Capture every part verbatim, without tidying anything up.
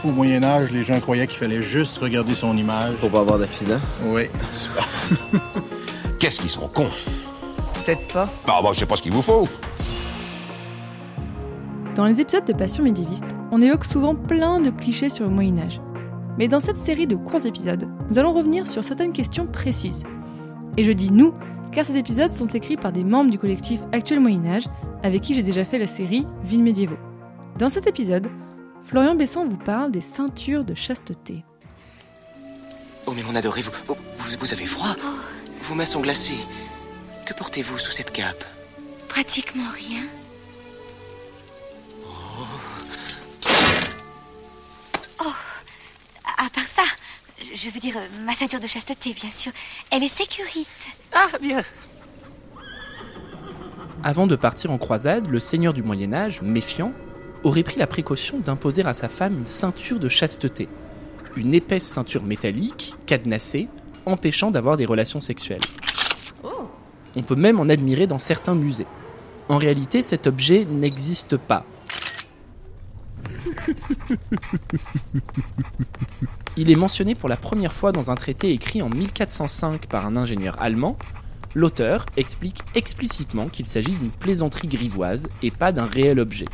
Au Moyen-Âge, les gens croyaient qu'il fallait juste regarder son image. Pour pas avoir d'accident? Oui. Super. Qu'est-ce qu'ils sont cons? Peut-être pas. Bah, bah, je sais pas ce qu'il vous faut. Dans les épisodes de Passion médiéviste, on évoque souvent plein de clichés sur le Moyen-Âge. Mais dans cette série de courts épisodes, nous allons revenir sur certaines questions précises. Et je dis « nous », car ces épisodes sont écrits par des membres du collectif Actuel Moyen-Âge, avec qui j'ai déjà fait la série Villes médiévaux. Dans cet épisode, Florian Besson vous parle des ceintures de chasteté. Oh mais mon adoré, vous, vous, vous avez froid? Vos mains sont glacées. Que portez-vous sous cette cape? Pratiquement rien. Oh, à part ça, je veux dire, ma ceinture de chasteté, bien sûr, elle est sécurite. Ah, bien. Avant de partir en croisade, le seigneur du Moyen-Âge, méfiant, aurait pris la précaution d'imposer à sa femme une ceinture de chasteté. Une épaisse ceinture métallique, cadenassée, empêchant d'avoir des relations sexuelles. Oh. On peut même en admirer dans certains musées. En réalité, cet objet n'existe pas. Il est mentionné pour la première fois dans un traité écrit en mille quatre cent cinq par un ingénieur allemand. L'auteur explique explicitement qu'il s'agit d'une plaisanterie grivoise et pas d'un réel objet.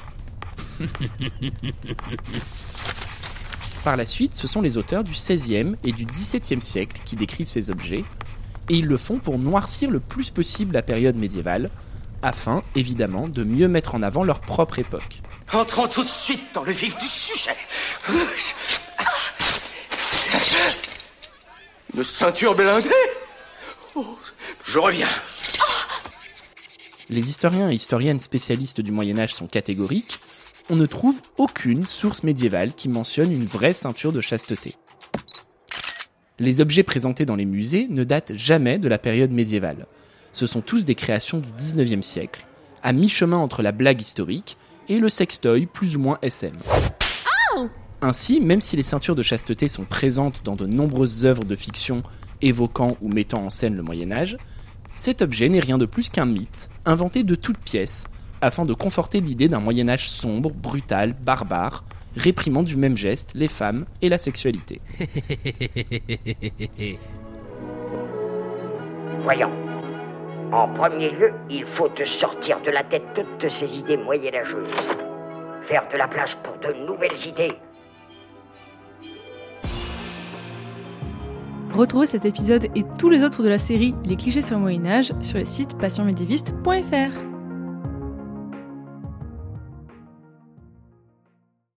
Par la suite, ce sont les auteurs du seizième et du dix-septième siècle qui décrivent ces objets, et ils le font pour noircir le plus possible la période médiévale, afin, évidemment, de mieux mettre en avant leur propre époque. Entrons tout de suite dans le vif du sujet. Une ceinture blindée? Oh, je reviens. Les historiens et historiennes spécialistes du Moyen-Âge sont catégoriques. On ne trouve aucune source médiévale qui mentionne une vraie ceinture de chasteté. Les objets présentés dans les musées ne datent jamais de la période médiévale. Ce sont tous des créations du dix-neuvième siècle, à mi-chemin entre la blague historique et le sextoy plus ou moins S M. Oh. Ainsi, même si les ceintures de chasteté sont présentes dans de nombreuses œuvres de fiction évoquant ou mettant en scène le Moyen-Âge, cet objet n'est rien de plus qu'un mythe, inventé de toutes pièces, afin de conforter l'idée d'un Moyen-Âge sombre, brutal, barbare, réprimant du même geste les femmes et la sexualité. Voyons. En premier lieu, il faut te sortir de la tête toutes ces idées moyenâgeuses. Faire de la place pour de nouvelles idées. Retrouvez cet épisode et tous les autres de la série Les clichés sur le Moyen-Âge sur le site passion médiéviste point f r.